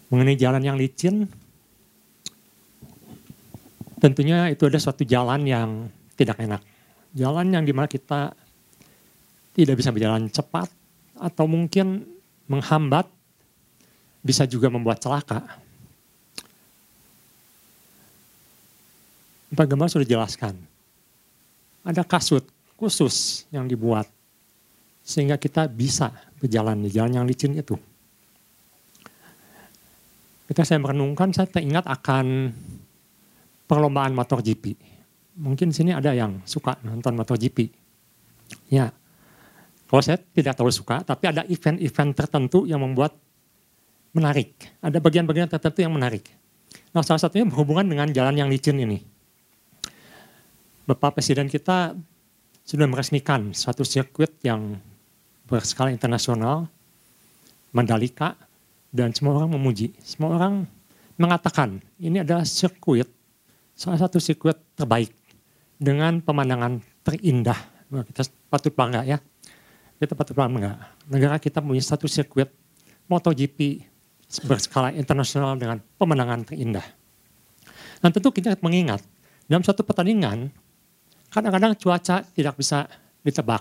Mengenai jalan yang licin, tentunya itu ada suatu jalan yang tidak enak. Jalan yang dimana kita tidak bisa berjalan cepat atau mungkin menghambat, bisa juga membuat celaka. Pak Gembala sudah jelaskan, ada kasut khusus yang dibuat sehingga kita bisa berjalan di jalan yang licin itu. Ketika saya merenungkan, saya teringat akan perlombaan MotoGP. Mungkin sini ada yang suka nonton MotoGP. Ya, kalau saya tidak terlalu suka, tapi ada event-event tertentu yang membuat menarik. Ada bagian-bagian tertentu yang menarik. Nah, salah satunya berhubungan dengan jalan yang licin ini. Bapak Presiden kita sudah meresmikan suatu sirkuit yang berskala internasional, Mandalika, dan semua orang memuji. Semua orang mengatakan ini adalah sirkuit, salah satu sirkuit terbaik dengan pemandangan terindah. Kita patut bangga ya. Kita patut bangga. Negara kita punya satu sirkuit MotoGP berskala internasional dengan pemandangan terindah. Dan tentu kita mengingat, dalam suatu pertandingan, kadang-kadang cuaca tidak bisa ditebak.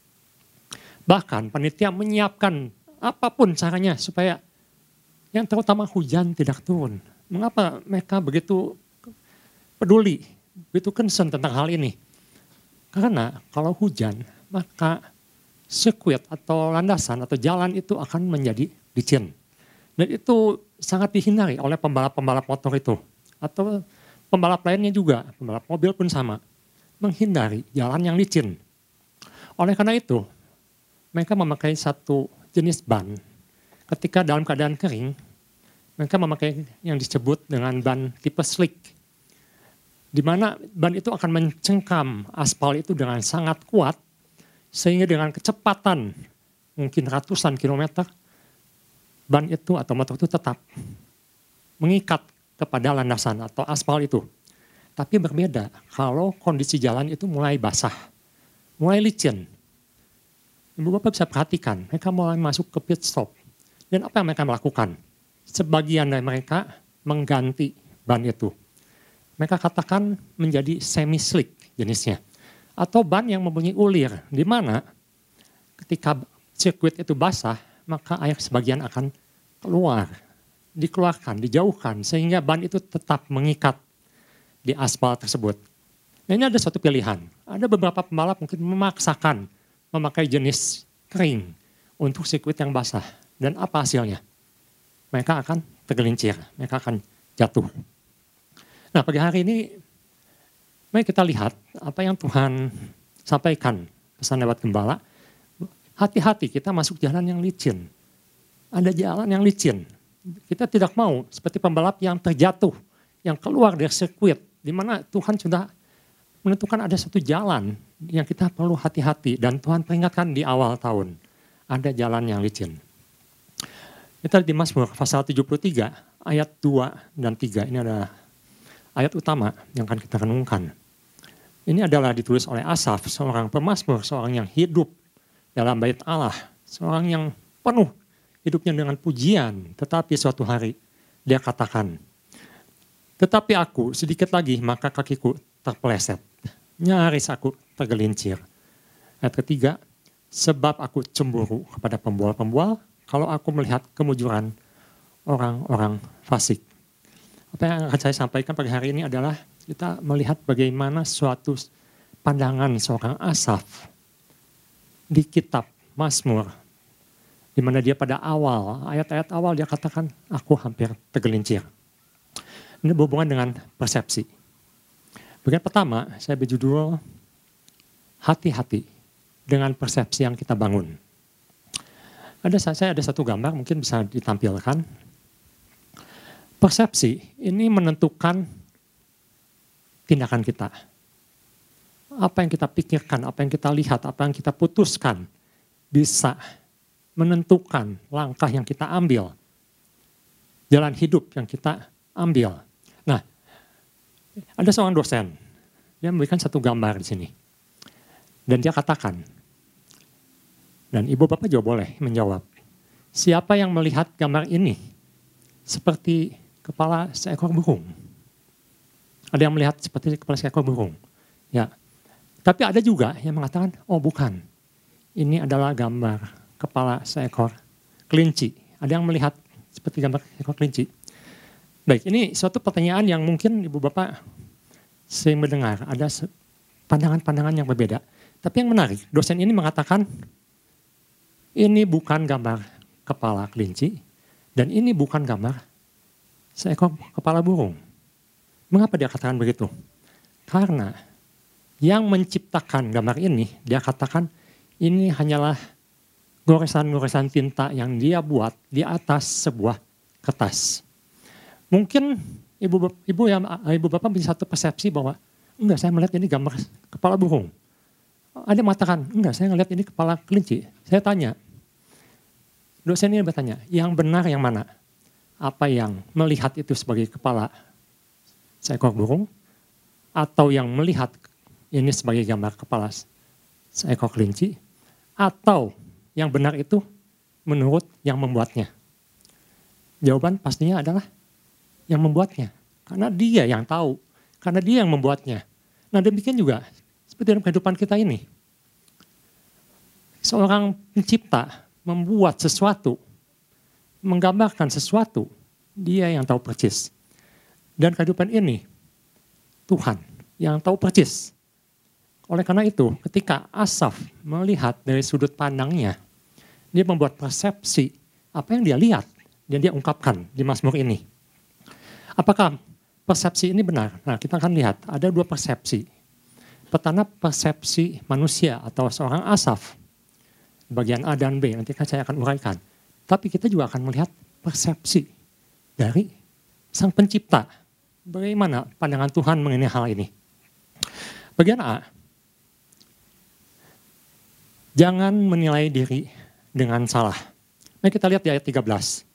Bahkan panitia menyiapkan apapun caranya supaya yang terutama hujan tidak turun. Mengapa mereka begitu peduli, begitu concern tentang hal ini? Karena kalau hujan, maka sirkuit atau landasan atau jalan itu akan menjadi licin. Dan itu sangat dihindari oleh pembalap-pembalap motor itu. Atau pembalap lainnya juga, pembalap mobil pun sama. Menghindari jalan yang licin. Oleh karena itu, mereka memakai satu jenis ban. Ketika dalam keadaan kering, mereka memakai yang disebut dengan ban tipe slick. Di mana ban itu akan mencengkam aspal itu dengan sangat kuat, sehingga dengan kecepatan mungkin ratusan kilometer, ban itu atau motor itu tetap mengikat kepada landasan atau aspal itu. Tapi berbeda kalau kondisi jalan itu mulai basah, mulai licin. Ibu Bapak bisa perhatikan, mereka mulai masuk ke pit stop. Dan apa yang mereka melakukan? Sebagian dari mereka mengganti ban itu. Mereka katakan menjadi semi slick jenisnya. Atau ban yang mempunyai ulir, di mana ketika sirkuit itu basah, maka air sebagian akan keluar, dikeluarkan, dijauhkan, sehingga ban itu tetap mengikat di aspal tersebut. Nah, ini ada suatu pilihan. Ada beberapa pembalap mungkin memaksakan memakai jenis kering untuk sirkuit yang basah. Dan apa hasilnya? Mereka akan tergelincir, mereka akan jatuh. Nah, pagi hari ini mari kita lihat apa yang Tuhan sampaikan pesan lewat gembala. Hati-hati kita masuk jalan yang licin. Ada jalan yang licin. Kita tidak mau seperti pembalap yang terjatuh, yang keluar dari sirkuit, di mana Tuhan sudah menentukan ada satu jalan yang kita perlu hati-hati. Dan Tuhan peringatkan di awal tahun, ada jalan yang licin. Kita di Mazmur pasal 73 ayat 2 dan 3, ini adalah ayat utama yang akan kita renungkan. Ini adalah ditulis oleh Asaf, seorang pemazmur, seorang yang hidup dalam bait Allah, seorang yang penuh hidupnya dengan pujian, tetapi suatu hari dia katakan, tetapi aku sedikit lagi maka kakiku terpeleset, nyaris aku tergelincir. Ayat ketiga, sebab aku cemburu kepada pembual-pembual, kalau aku melihat kemujuran orang-orang fasik. Apa yang akan saya sampaikan pagi hari ini adalah kita melihat bagaimana suatu pandangan seorang Asaf di kitab Mazmur, di mana dia pada awal, ayat-ayat awal dia katakan, aku hampir tergelincir. Ini berhubungan dengan persepsi. Bagian pertama, saya berjudul, hati-hati dengan persepsi yang kita bangun. Saya ada satu gambar, mungkin bisa ditampilkan. Persepsi ini menentukan tindakan kita. Apa yang kita pikirkan, apa yang kita lihat, apa yang kita putuskan, bisa menentukan langkah yang kita ambil, jalan hidup yang kita ambil. Nah, ada seorang dosen, dia memberikan satu gambar di sini. Dan dia katakan, dan ibu bapak juga boleh menjawab, siapa yang melihat gambar ini seperti kepala seekor burung. Ada yang melihat seperti kepala seekor burung. Ya. Tapi ada juga yang mengatakan, oh bukan. Ini adalah gambar kepala seekor kelinci. Ada yang melihat seperti gambar seekor kelinci. Baik, ini suatu pertanyaan yang mungkin Ibu Bapak sering mendengar. Ada pandangan-pandangan yang berbeda. Tapi yang menarik, dosen ini mengatakan, ini bukan gambar kepala kelinci, dan ini bukan gambar seekor kepala burung. Mengapa dia katakan begitu? Karena yang menciptakan gambar ini, dia katakan ini hanyalah goresan-goresan tinta yang dia buat di atas sebuah kertas. Mungkin ibu bapak punya satu persepsi bahwa enggak, saya melihat ini gambar kepala burung. Ada yang mengatakan, enggak, saya melihat ini kepala kelinci. Saya tanya, dosen ini bertanya, yang benar yang mana? Apa yang melihat itu sebagai kepala seekor burung, atau yang melihat ini sebagai gambar kepala seekor kelinci, atau yang benar itu menurut yang membuatnya? Jawaban pastinya adalah yang membuatnya. Karena dia yang tahu, karena dia yang membuatnya. Nah demikian juga seperti dalam kehidupan kita ini. Seorang pencipta membuat sesuatu, menggambarkan sesuatu, dia yang tahu persis. Dan kehidupan ini, Tuhan yang tahu persis. Oleh karena itu, ketika Asaf melihat dari sudut pandangnya, dia membuat persepsi apa yang dia lihat dan dia ungkapkan di Mazmur ini. Apakah persepsi ini benar? Nah, kita akan lihat ada dua persepsi. Pertama, persepsi manusia atau seorang Asaf. Bagian A dan B, nanti saya akan uraikan. Tapi kita juga akan melihat persepsi dari Sang Pencipta. Bagaimana pandangan Tuhan mengenai hal ini? Bagian A, jangan menilai diri dengan salah. Mari kita lihat di ayat 13.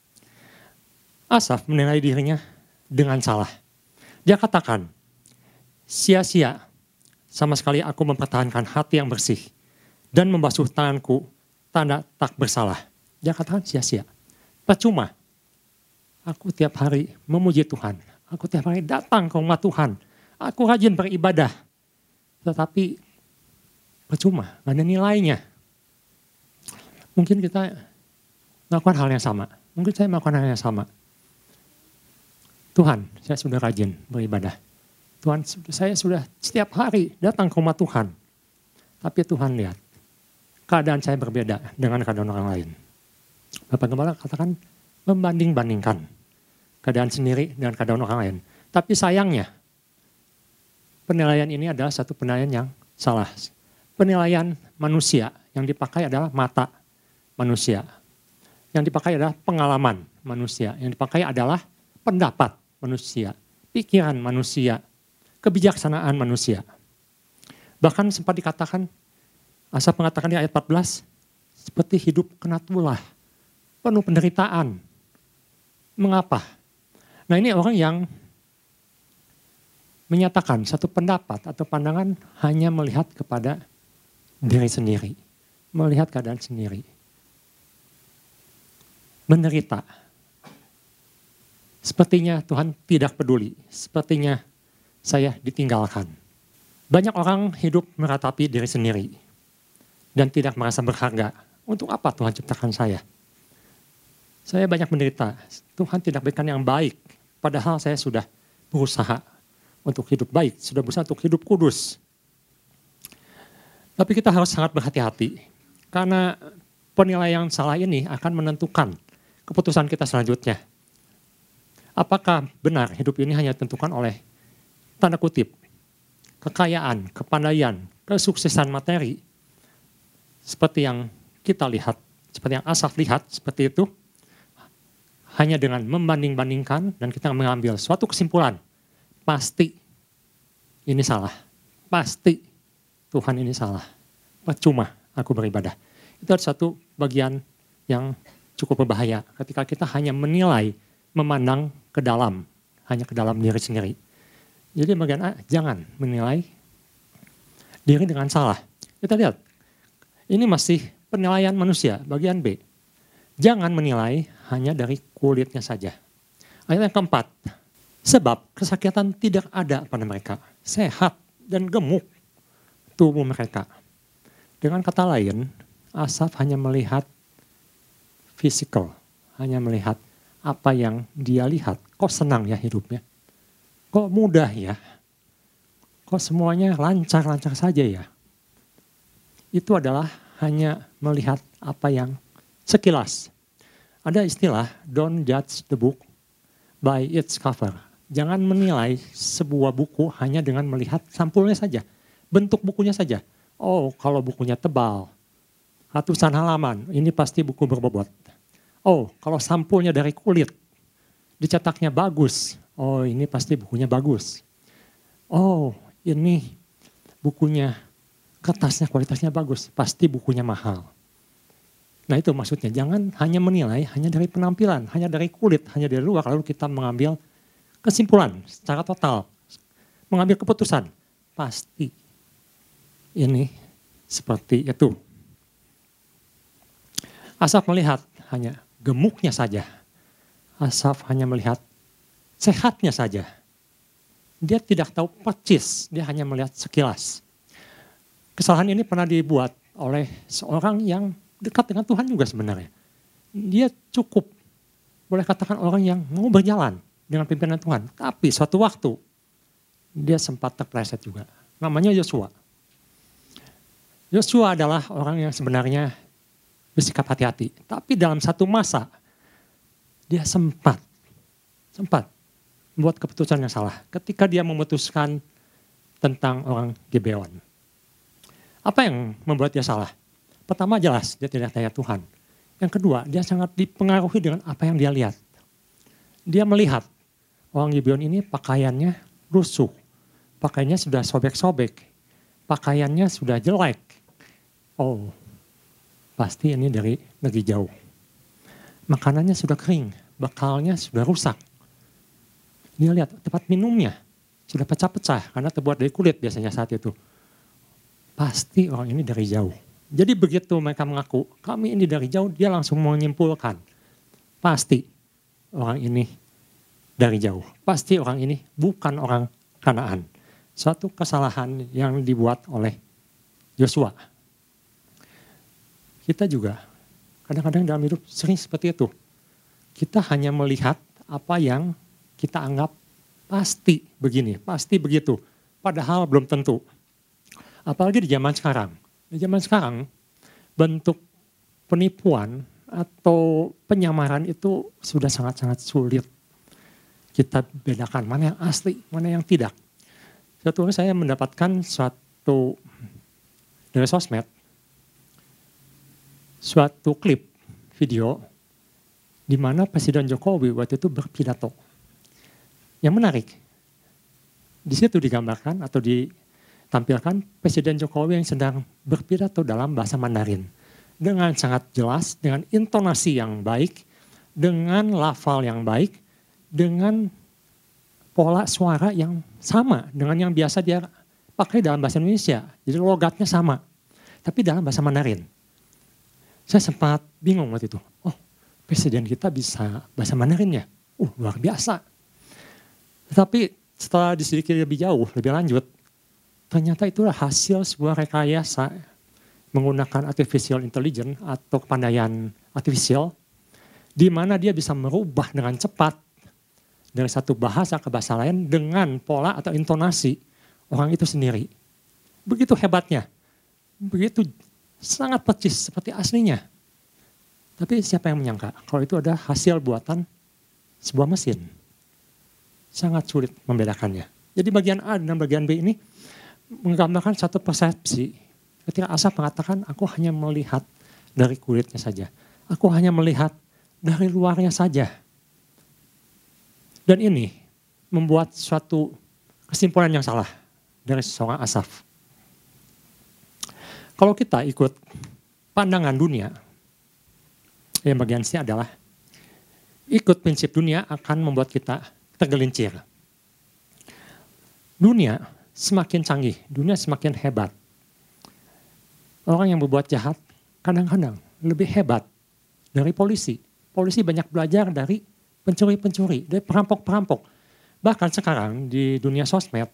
Asaf menilai dirinya dengan salah. Dia katakan, sia-sia sama sekali aku mempertahankan hati yang bersih dan membasuh tanganku tanda tak bersalah. Dia katakan sia-sia. Percuma. Aku tiap hari memuji Tuhan. Aku tiap hari datang ke rumah Tuhan. Aku rajin beribadah. Tetapi percuma, gak ada nilainya. Mungkin kita melakukan hal yang sama. Mungkin saya melakukan hal yang sama. Tuhan, saya sudah rajin beribadah. Tuhan, saya sudah setiap hari datang ke rumah Tuhan. Tapi Tuhan lihat, keadaan saya berbeda dengan keadaan orang lain. Bapak Gembala katakan membanding-bandingkan keadaan sendiri dengan keadaan orang lain. Tapi sayangnya, penilaian ini adalah satu penilaian yang salah. Penilaian manusia yang dipakai adalah mata manusia. Yang dipakai adalah pengalaman manusia. Yang dipakai adalah pendapat manusia, pikiran manusia, kebijaksanaan manusia. Bahkan sempat dikatakan, Asaf mengatakan di ayat 14, seperti hidup kena tulah, penuh penderitaan. Mengapa? Nah ini orang yang menyatakan satu pendapat atau pandangan hanya melihat kepada diri sendiri. Melihat keadaan sendiri. Menderita. Sepertinya Tuhan tidak peduli. Sepertinya saya ditinggalkan. Banyak orang hidup meratapi diri sendiri. Dan tidak merasa berharga. Untuk apa Tuhan ciptakan saya? Saya banyak menderita. Tuhan tidak berikan yang baik. Padahal saya sudah berusaha untuk hidup baik. Sudah berusaha untuk hidup kudus. Tapi kita harus sangat berhati-hati. Karena penilaian salah ini akan menentukan keputusan kita selanjutnya. Apakah benar hidup ini hanya ditentukan oleh tanda kutip, kekayaan, kepandaian, kesuksesan materi, seperti yang kita lihat, seperti yang Asaf lihat, seperti itu, hanya dengan membanding-bandingkan dan kita mengambil suatu kesimpulan, pasti ini salah, pasti Tuhan ini salah, percuma aku beribadah. Itu adalah satu bagian yang cukup berbahaya ketika kita hanya menilai, memandang ke dalam, hanya ke dalam diri sendiri. Jadi bagian A, jangan menilai diri dengan salah. Kita lihat, ini masih penilaian manusia, bagian B. Jangan menilai hanya dari kulitnya saja. Ayat yang keempat, sebab kesakitan tidak ada pada mereka, sehat dan gemuk tubuh mereka. Dengan kata lain, Asaf hanya melihat fisikal, hanya melihat apa yang dia lihat. Kok senang ya hidupnya? Kok mudah ya? Kok semuanya lancar-lancar saja ya? Itu adalah hanya melihat apa yang sekilas. Ada istilah, don't judge the book by its cover. Jangan menilai sebuah buku hanya dengan melihat sampulnya saja, bentuk bukunya saja. Oh, kalau bukunya tebal, ratusan halaman, ini pasti buku berbobot. Oh, kalau sampulnya dari kulit, dicetaknya bagus, oh ini pasti bukunya bagus. Oh, ini bukunya, kertasnya kualitasnya bagus, pasti bukunya mahal. Nah itu maksudnya, jangan hanya menilai, hanya dari penampilan, hanya dari kulit, hanya dari luar, lalu kita mengambil kesimpulan secara total, mengambil keputusan, pasti ini seperti itu. Asaf melihat hanya gemuknya saja, Asaf hanya melihat sehatnya saja. Dia tidak tahu percis, dia hanya melihat sekilas. Kesalahan ini pernah dibuat oleh seorang yang dekat dengan Tuhan juga sebenarnya. Dia cukup, boleh katakan orang yang mau berjalan dengan pimpinan Tuhan. Tapi suatu waktu, dia sempat terpeleset juga. Namanya Yosua. Yosua adalah orang yang sebenarnya bersikap hati-hati. Tapi dalam satu masa, dia sempat membuat keputusan yang salah. Ketika dia memutuskan tentang orang Gibeon. Apa yang membuat dia salah? Pertama jelas, dia tidak percaya Tuhan. Yang kedua, dia sangat dipengaruhi dengan apa yang dia lihat. Dia melihat orang Gibeon ini pakaiannya rusuh. Pakaiannya sudah sobek-sobek. Pakaiannya sudah jelek. Oh, pasti ini dari negeri jauh. Makanannya sudah kering, bekalnya sudah rusak. Dia lihat tempat minumnya sudah pecah-pecah karena terbuat dari kulit biasanya saat itu. Pasti orang ini dari jauh. Jadi begitu mereka mengaku, kami ini dari jauh, dia langsung menyimpulkan. Pasti orang ini dari jauh. Pasti orang ini bukan orang Kanaan. Suatu kesalahan yang dibuat oleh Yosua. Kita juga kadang-kadang dalam hidup sering seperti itu. Kita hanya melihat apa yang kita anggap pasti begini, pasti begitu. Padahal belum tentu. Apalagi di zaman sekarang. Di zaman sekarang, bentuk penipuan atau penyamaran itu sudah sangat-sangat sulit. Kita bedakan mana yang asli, mana yang tidak. Suatu hari saya mendapatkan suatu dari sosmed, suatu klip video di mana Presiden Jokowi waktu itu berpidato. Yang menarik, di situ digambarkan atau ditampilkan Presiden Jokowi yang sedang berpidato dalam bahasa Mandarin. Dengan sangat jelas, dengan intonasi yang baik, dengan lafal yang baik, dengan pola suara yang sama dengan yang biasa dia pakai dalam bahasa Indonesia. Jadi logatnya sama, tapi dalam bahasa Mandarin. Saya sempat bingung waktu itu. Oh, Presiden kita bisa bahasa Mandarin ya? Luar biasa. Tetapi setelah diselidiki lebih jauh, lebih lanjut, ternyata itulah hasil sebuah rekayasa menggunakan artificial intelligence atau kepandaian artifisial, di mana dia bisa merubah dengan cepat dari satu bahasa ke bahasa lain dengan pola atau intonasi orang itu sendiri. Begitu hebatnya, begitu sangat percis seperti aslinya. Tapi siapa yang menyangka kalau itu ada hasil buatan sebuah mesin. Sangat sulit membedakannya. Jadi bagian A dan bagian B ini menggambarkan satu persepsi. Ketika Asaf mengatakan, aku hanya melihat dari kulitnya saja. Aku hanya melihat dari luarnya saja. Dan ini membuat suatu kesimpulan yang salah dari seorang Asaf. Kalau kita ikut pandangan dunia, yang bagian C adalah ikut prinsip dunia akan membuat kita tergelincir. Dunia semakin canggih, dunia semakin hebat. Orang yang berbuat jahat kadang-kadang lebih hebat dari polisi. Polisi banyak belajar dari pencuri-pencuri, dari perampok-perampok. Bahkan sekarang di dunia sosmed,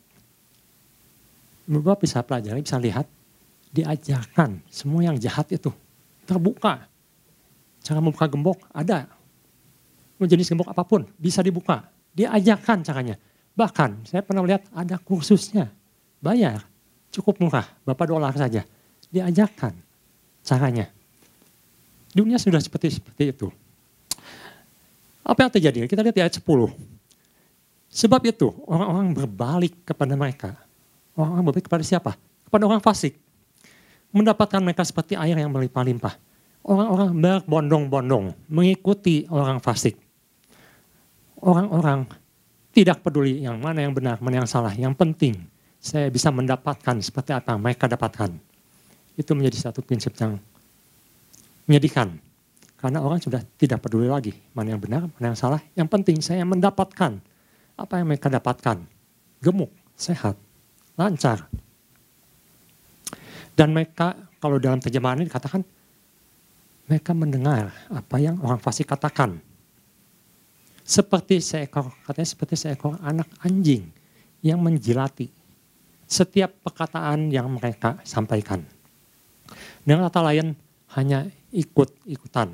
Bapak bisa pelajari, bisa lihat, diajarkan semua yang jahat itu terbuka. Cara membuka gembok ada, jenis gembok apapun bisa dibuka. Diajarkan caranya. Bahkan saya pernah lihat ada kursusnya, bayar, cukup murah, berapa dolar saja. Diajarkan caranya. Dunia sudah seperti itu. Apa yang terjadi? Kita lihat di ayat 10. Sebab itu orang-orang berbalik kepada mereka. Orang-orang berbalik kepada siapa? Kepada orang fasik. Mendapatkan mereka seperti air yang melimpah-limpah. Orang-orang berbondong-bondong mengikuti orang fasik. Orang-orang tidak peduli yang mana yang benar, mana yang salah. Yang penting saya bisa mendapatkan seperti apa yang mereka dapatkan. Itu menjadi satu prinsip yang menyedihkan. Karena orang sudah tidak peduli lagi mana yang benar, mana yang salah. Yang penting saya mendapatkan apa yang mereka dapatkan. Gemuk, sehat, lancar. Dan mereka, kalau dalam terjemahan ini dikatakan, mereka mendengar apa yang orang fasik katakan. Katanya seperti seekor anak anjing yang menjilati setiap perkataan yang mereka sampaikan. Dengan kata lain, hanya ikut-ikutan.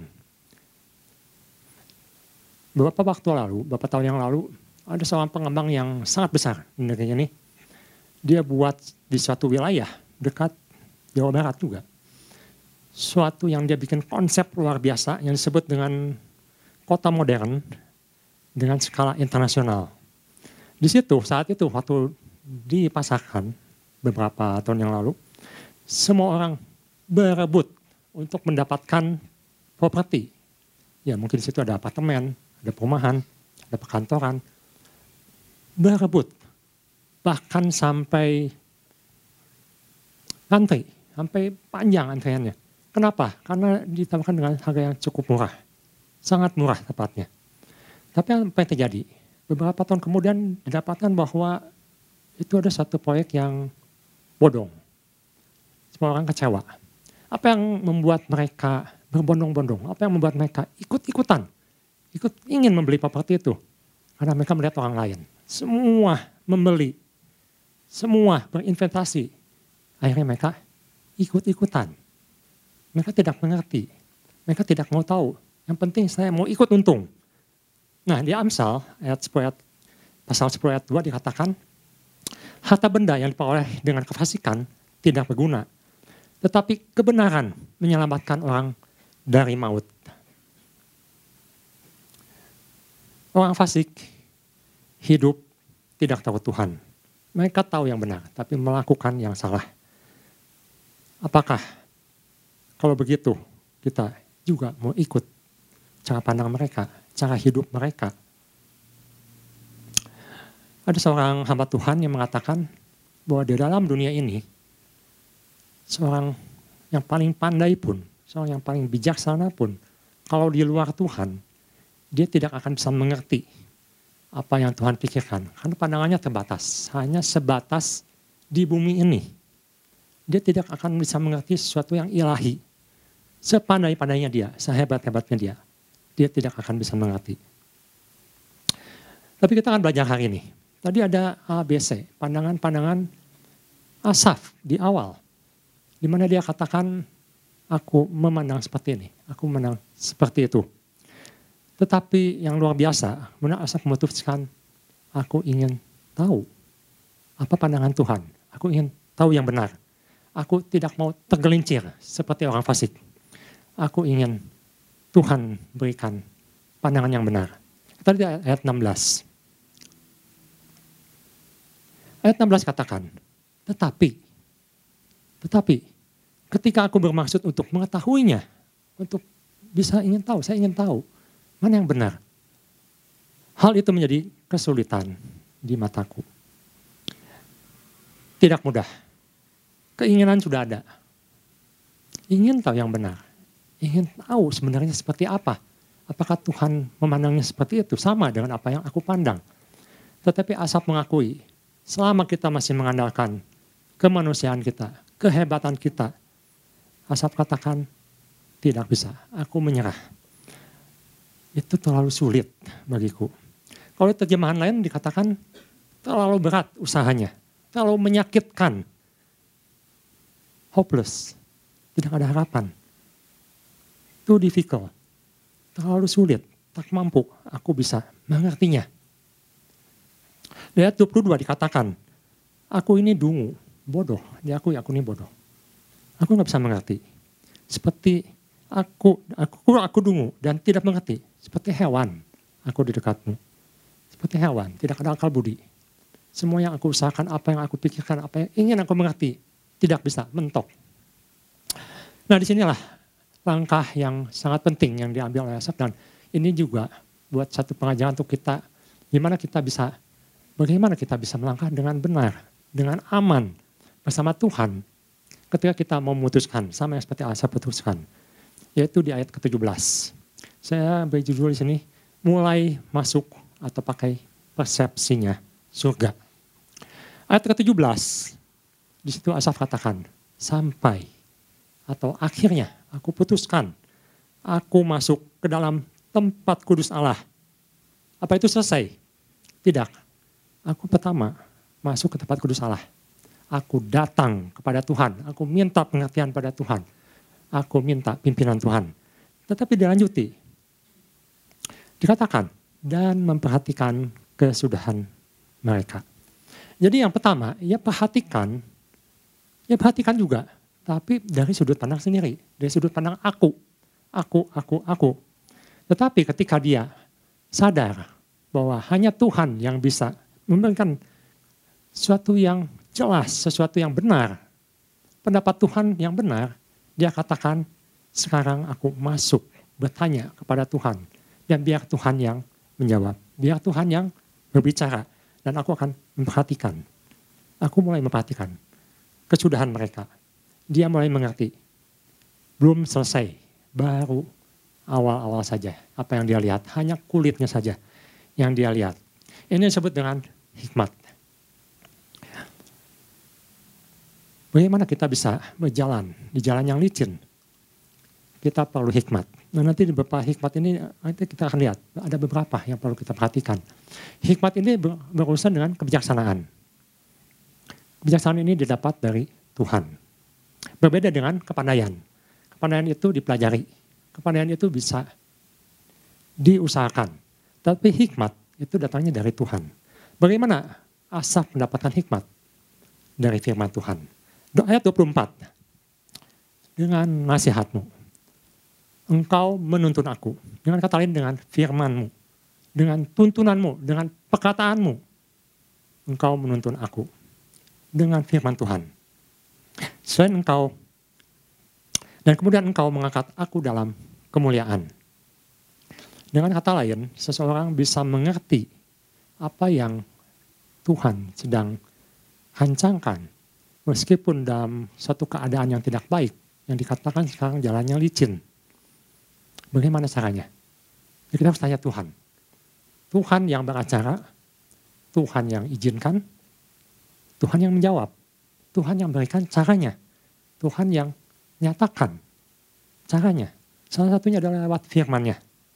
Beberapa tahun yang lalu, ada seorang pengembang yang sangat besar di negeri ini. Dia buat di suatu wilayah dekat Jawa Barat juga. Suatu yang dia bikin konsep luar biasa yang disebut dengan kota modern dengan skala internasional. Di situ saat itu waktu dipasarkan beberapa tahun yang lalu, semua orang berebut untuk mendapatkan properti. Ya mungkin di situ ada apartemen, ada perumahan, ada perkantoran. Berebut. Bahkan sampai antri, sampai panjang antriannya. Kenapa? Karena ditawarkan dengan harga yang cukup murah. Sangat murah tepatnya. Tapi apa yang terjadi? Beberapa tahun kemudian didapatkan bahwa itu ada satu proyek yang bodong. Semua orang kecewa. Apa yang membuat mereka berbondong-bondong? Apa yang membuat mereka ikut-ikutan? Ingin membeli properti itu. Karena mereka melihat orang lain. Semua membeli. Semua berinvestasi. Akhirnya mereka ikut-ikutan. Mereka tidak mengerti. Mereka tidak mau tahu. Yang penting saya mau ikut untung. Nah di Amsal pasal 10 ayat 2 dikatakan, harta benda yang diperoleh dengan kefasikan tidak berguna. Tetapi kebenaran menyelamatkan orang dari maut. Orang fasik hidup tidak tahu Tuhan. Mereka tahu yang benar, tapi melakukan yang salah. Apakah kalau begitu kita juga mau ikut cara pandang mereka, cara hidup mereka? Ada seorang hamba Tuhan yang mengatakan bahwa di dalam dunia ini, seorang yang paling pandai pun, seorang yang paling bijaksana pun, kalau di luar Tuhan, dia tidak akan bisa mengerti apa yang Tuhan pikirkan. Karena pandangannya terbatas, hanya sebatas di bumi ini. Dia tidak akan bisa mengerti sesuatu yang ilahi. Sepandai-pandainya dia, sehebat-hebatnya dia, dia tidak akan bisa mengerti. Tapi kita akan belajar hari ini. Tadi ada ABC, pandangan-pandangan Asaf di awal. Di mana dia katakan, aku memandang seperti ini, aku memandang seperti itu. Tetapi yang luar biasa, benar Asaf memutuskan, aku ingin tahu apa pandangan Tuhan. Aku ingin tahu yang benar. Aku tidak mau tergelincir seperti orang fasik. Aku ingin Tuhan berikan pandangan yang benar. Tadi ayat 16. Ayat 16 katakan, tetapi ketika aku bermaksud untuk mengetahuinya, untuk bisa ingin tahu, saya ingin tahu mana yang benar. Hal itu menjadi kesulitan di mataku. Tidak mudah. Keinginan sudah ada. Ingin tahu yang benar. Ingin tahu sebenarnya seperti apa. Apakah Tuhan memandangnya seperti itu? Sama dengan apa yang aku pandang. Tetapi Asaf mengakui, selama kita masih mengandalkan kemanusiaan kita, kehebatan kita, Asaf katakan, tidak bisa, aku menyerah. itu terlalu sulit bagiku. Kalau terjemahan lain dikatakan terlalu berat usahanya, terlalu menyakitkan, hopeless, tidak ada harapan. Too difficult, terlalu sulit, tak mampu aku bisa mengertinya. Di ayat 22 dikatakan, aku ini dungu, bodoh, diakui aku ini bodoh. Aku nggak bisa mengerti. Seperti aku dungu dan tidak mengerti. Seperti hewan, aku di dekatmu. Seperti hewan, tidak ada akal budi. Semua yang aku usahakan, apa yang aku pikirkan, apa yang ingin aku mengerti, tidak bisa, mentok. Nah disinilah langkah yang sangat penting yang diambil oleh Asaf, dan ini juga buat satu pengajaran untuk kita, bagaimana kita bisa melangkah dengan benar, dengan aman, bersama Tuhan, ketika kita mau memutuskan, sama yang seperti Asaf putuskan, yaitu di ayat ke-17. Saya beri judul di sini, mulai masuk atau pakai persepsinya surga. Ayat ke-17, di situ Asaf katakan, sampai atau akhirnya aku putuskan, aku masuk ke dalam tempat kudus Allah. Apa itu selesai? Tidak. Aku pertama masuk ke tempat kudus Allah. Aku datang kepada Tuhan, aku minta pengertian pada Tuhan. Aku minta pimpinan Tuhan. Tetapi dilanjuti. Dikatakan, dan memperhatikan kesudahan mereka. Jadi yang pertama, ia perhatikan juga. Tapi dari sudut pandang sendiri. Dari sudut pandang aku. Tetapi ketika dia sadar bahwa hanya Tuhan yang bisa memberikan sesuatu yang jelas, sesuatu yang benar. Pendapat Tuhan yang benar, dia katakan, sekarang aku masuk bertanya kepada Tuhan. Dan biar Tuhan yang menjawab. Biar Tuhan yang berbicara. Dan aku akan memperhatikan. Aku mulai memperhatikan kesudahan mereka. Dia mulai mengerti. Belum selesai. Baru awal-awal saja. Apa yang dia lihat. Hanya kulitnya saja yang dia lihat. Ini disebut dengan hikmat. Bagaimana kita bisa berjalan di jalan yang licin? Kita perlu hikmat. Nah nanti di beberapa hikmat ini nanti kita akan lihat. Ada beberapa yang perlu kita perhatikan. Hikmat ini berurusan dengan kebijaksanaan. Kebijaksanaan ini didapat dari Tuhan. Berbeda dengan kepandaian. Kepandaian itu dipelajari. Kepandaian itu bisa diusahakan. Tapi hikmat itu datangnya dari Tuhan. Bagaimana Asaf mendapatkan hikmat? Dari firman Tuhan. Ayat 24. Dengan nasihatmu. Engkau menuntun aku. Dengan kata lain dengan firman-Mu. Dengan tuntunanmu. Dengan perkataanmu. Engkau menuntun aku. Dengan firman Tuhan. Selain engkau. Dan kemudian engkau mengangkat aku dalam kemuliaan. Dengan kata lain, seseorang bisa mengerti apa yang Tuhan sedang hancangkan. Meskipun dalam suatu keadaan yang tidak baik. Yang dikatakan sekarang jalannya licin. Bagaimana caranya? Ya kita harus tanya Tuhan. Tuhan yang beracara, Tuhan yang izinkan, Tuhan yang menjawab, Tuhan yang berikan caranya, Tuhan yang nyatakan caranya. Salah satunya adalah lewat firman-Nya.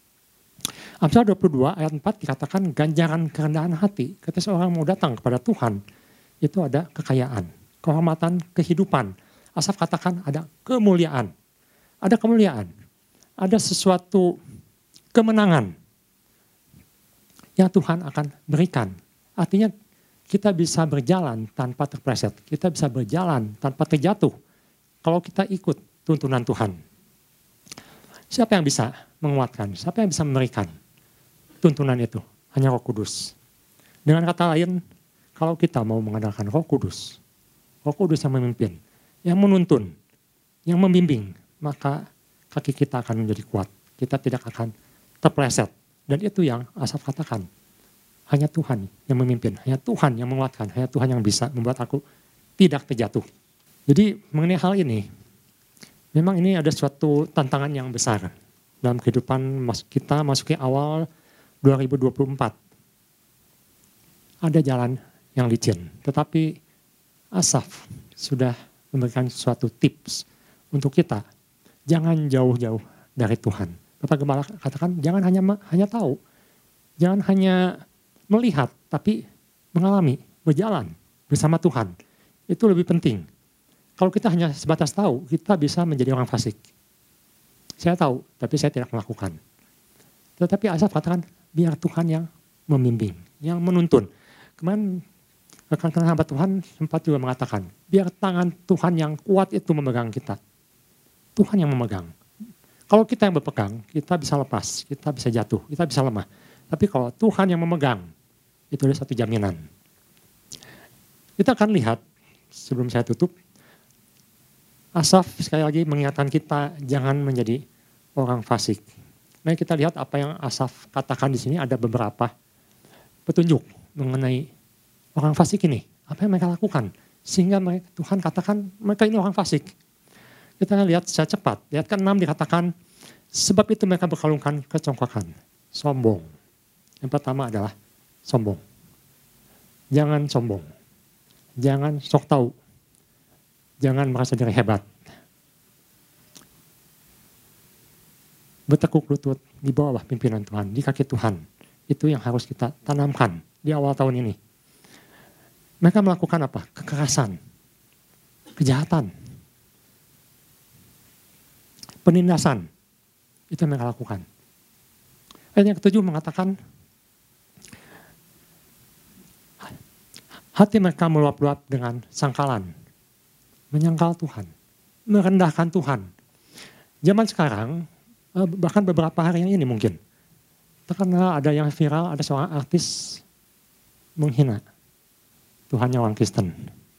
Amsal 22 ayat 4 dikatakan ganjaran kerendahan hati. Ketika seorang mau datang kepada Tuhan, itu ada kekayaan, kehormatan, kehidupan. Asaf katakan ada kemuliaan. Ada kemuliaan. Ada sesuatu kemenangan yang Tuhan akan berikan. Artinya kita bisa berjalan tanpa terpleset. Kita bisa berjalan tanpa terjatuh. Kalau kita ikut tuntunan Tuhan. Siapa yang bisa menguatkan? Siapa yang bisa memberikan tuntunan itu? Hanya Roh Kudus. Dengan kata lain, kalau kita mau mengandalkan Roh Kudus yang memimpin, yang menuntun, yang membimbing, maka kaki kita akan menjadi kuat. Kita tidak akan terpleset. Dan itu yang Asaf katakan. Hanya Tuhan yang memimpin. Hanya Tuhan yang menguatkan. Hanya Tuhan yang bisa membuat aku tidak terjatuh. Jadi mengenai hal ini. Memang ini ada suatu tantangan yang besar. Dalam kehidupan kita masuki awal 2024. Ada jalan yang licin. Tetapi Asaf sudah memberikan suatu tips untuk kita. Jangan jauh-jauh dari Tuhan. Bapak Gembala katakan jangan hanya tahu, jangan hanya melihat, tapi mengalami, berjalan bersama Tuhan. Itu lebih penting. Kalau kita hanya sebatas tahu, kita bisa menjadi orang fasik. Saya tahu, tapi saya tidak melakukan. Tetapi Asaf katakan, biar Tuhan yang membimbing, yang menuntun. Kemarin rekan-rekan hamba Tuhan sempat juga mengatakan, biar tangan Tuhan yang kuat itu memegang kita. Tuhan yang memegang. Kalau kita yang berpegang, kita bisa lepas, kita bisa jatuh, kita bisa lemah. Tapi kalau Tuhan yang memegang, itu ada satu jaminan. Kita akan lihat, sebelum saya tutup, Asaf sekali lagi mengingatkan kita jangan menjadi orang fasik. Mari kita lihat apa yang Asaf katakan di sini, ada beberapa petunjuk mengenai orang fasik ini. Apa yang mereka lakukan? Sehingga Tuhan katakan mereka ini orang fasik. Kita lihat secara cepat. Lihat ke-6 dikatakan, sebab itu mereka berkalungkan kecongkakan, sombong. Yang pertama adalah sombong. Jangan sombong. Jangan sok tahu. Jangan merasa diri hebat. Bertekuk lutut di bawah pimpinan Tuhan, di kaki Tuhan. Itu yang harus kita tanamkan di awal tahun ini. Mereka melakukan apa? Kekerasan, kejahatan, penindasan. Itu yang mereka lakukan. Ayat yang ke-7 mengatakan, hati mereka meluap-luap dengan sangkalan. Menyangkal Tuhan, merendahkan Tuhan. Zaman sekarang, bahkan beberapa hari yang ini mungkin, terkenal ada yang viral, ada seorang artis menghina Tuhannya orang Kristen.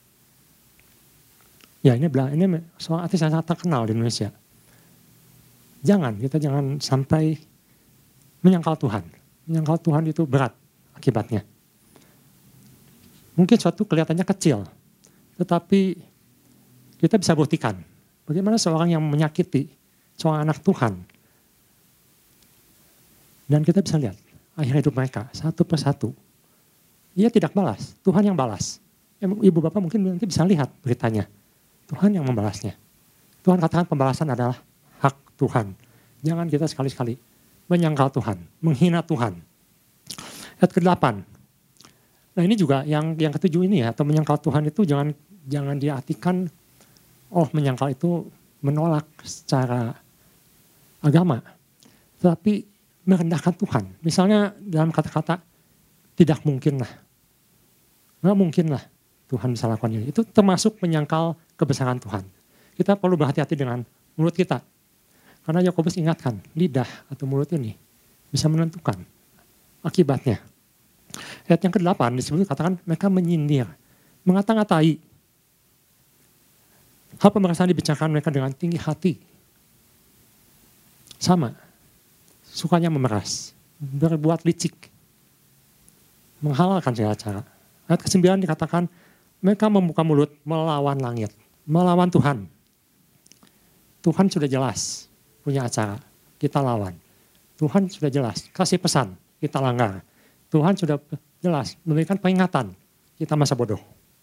Ya ini seorang artis yang sangat terkenal di Indonesia. Kita jangan sampai menyangkal Tuhan. Menyangkal Tuhan itu berat akibatnya. Mungkin suatu kelihatannya kecil, tetapi kita bisa buktikan bagaimana seorang yang menyakiti seorang anak Tuhan. Dan kita bisa lihat akhir hidup mereka satu persatu. Ia tidak balas, Tuhan yang balas. Ibu bapak mungkin nanti bisa lihat beritanya. Tuhan yang membalasnya. Tuhan katakan pembalasan adalah hak Tuhan. Jangan kita sekali-sekali menyangkal Tuhan, menghina Tuhan. Ayat ke-8. Nah ini juga yang ke-7 ini ya, atau menyangkal Tuhan itu jangan diartikan menyangkal itu menolak secara agama. Tetapi merendahkan Tuhan. Misalnya dalam kata-kata, tidak mungkin lah. Nggak mungkin lah Tuhan bisa lakukan ini. Itu termasuk menyangkal kebesaran Tuhan. Kita perlu berhati-hati dengan mulut kita. Karena Yakobus ingatkan, lidah atau mulut ini bisa menentukan akibatnya. Ayat yang ke-8 disebut katakan mereka menyindir, mengata-ngatai. Hal pemerasan dibicarakan mereka dengan tinggi hati. Sama, sukanya memeras, berbuat licik, menghalalkan segala cara. Ayat ke-9 dikatakan mereka membuka mulut melawan langit, melawan Tuhan. Tuhan sudah jelas punya acara, kita lawan. Tuhan sudah jelas kasih pesan, kita langgar. Tuhan sudah jelas memberikan peringatan, kita masa bodoh.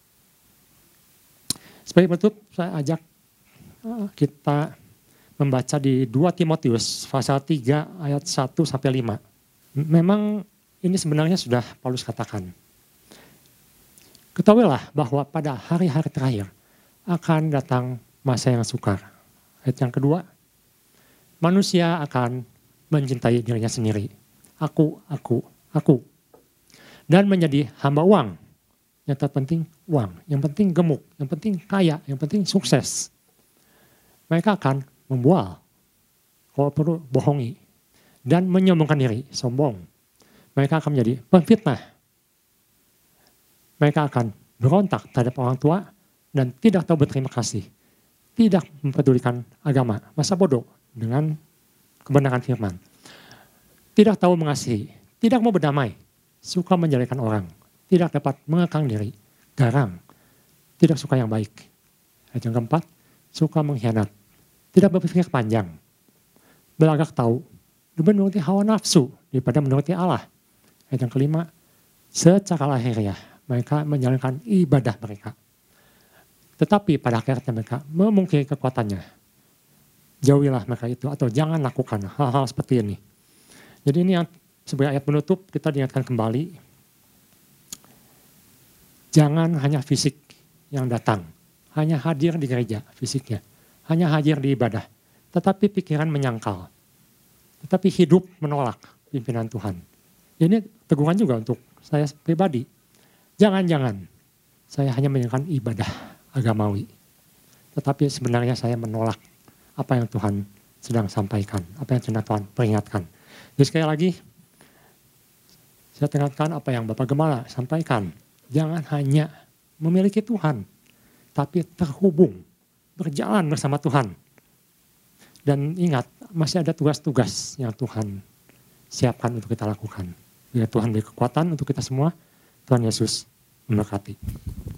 Sebagai penutup, saya ajak kita membaca di 2 Timotius pasal 3 ayat 1-5. Memang ini sebenarnya sudah Paulus katakan. Ketahuilah bahwa pada hari-hari terakhir akan datang masa yang sukar. Ayat yang kedua, manusia akan mencintai dirinya sendiri. Aku. Dan menjadi hamba uang. Yang terpenting uang, yang penting gemuk, yang penting kaya, yang penting sukses. Mereka akan membual, kalau perlu bohongi, dan menyombongkan diri, sombong. Mereka akan menjadi pemfitnah. Mereka akan berontak terhadap orang tua dan tidak tahu berterima kasih. Tidak mempedulikan agama, masa bodoh dengan kebenaran firman. Tidak tahu mengasihi, tidak mau berdamai, suka menjelekan orang. Tidak dapat mengekang diri, garang, tidak suka yang baik. Ayat yang keempat, suka mengkhianat, tidak berpikir panjang, belagak tahu, lebih menuruti hawa nafsu daripada menuruti Allah. Ayat yang kelima, secara lahiriah mereka menjalankan ibadah mereka. Tetapi pada akhirnya mereka memungkiri kekuatannya. jauhilah mereka itu, atau jangan lakukan hal-hal seperti ini. Jadi ini yang sebagai ayat penutup kita diingatkan kembali, jangan hanya fisik yang datang, hanya hadir di gereja fisiknya, hanya hadir di ibadah, tetapi pikiran menyangkal, tetapi hidup menolak pimpinan Tuhan. Ini teguran juga untuk saya pribadi. Jangan-jangan saya hanya menjalankan ibadah agamawi, tetapi sebenarnya saya menolak apa yang Tuhan sedang sampaikan, apa yang sedang Tuhan peringatkan. Jadi sekali lagi, saya tekankan apa yang Bapak Gembala sampaikan. Jangan hanya memiliki Tuhan, tapi terhubung, berjalan bersama Tuhan. Dan ingat, masih ada tugas-tugas yang Tuhan siapkan untuk kita lakukan. Biar Tuhan beri kekuatan untuk kita semua. Tuhan Yesus memberkati.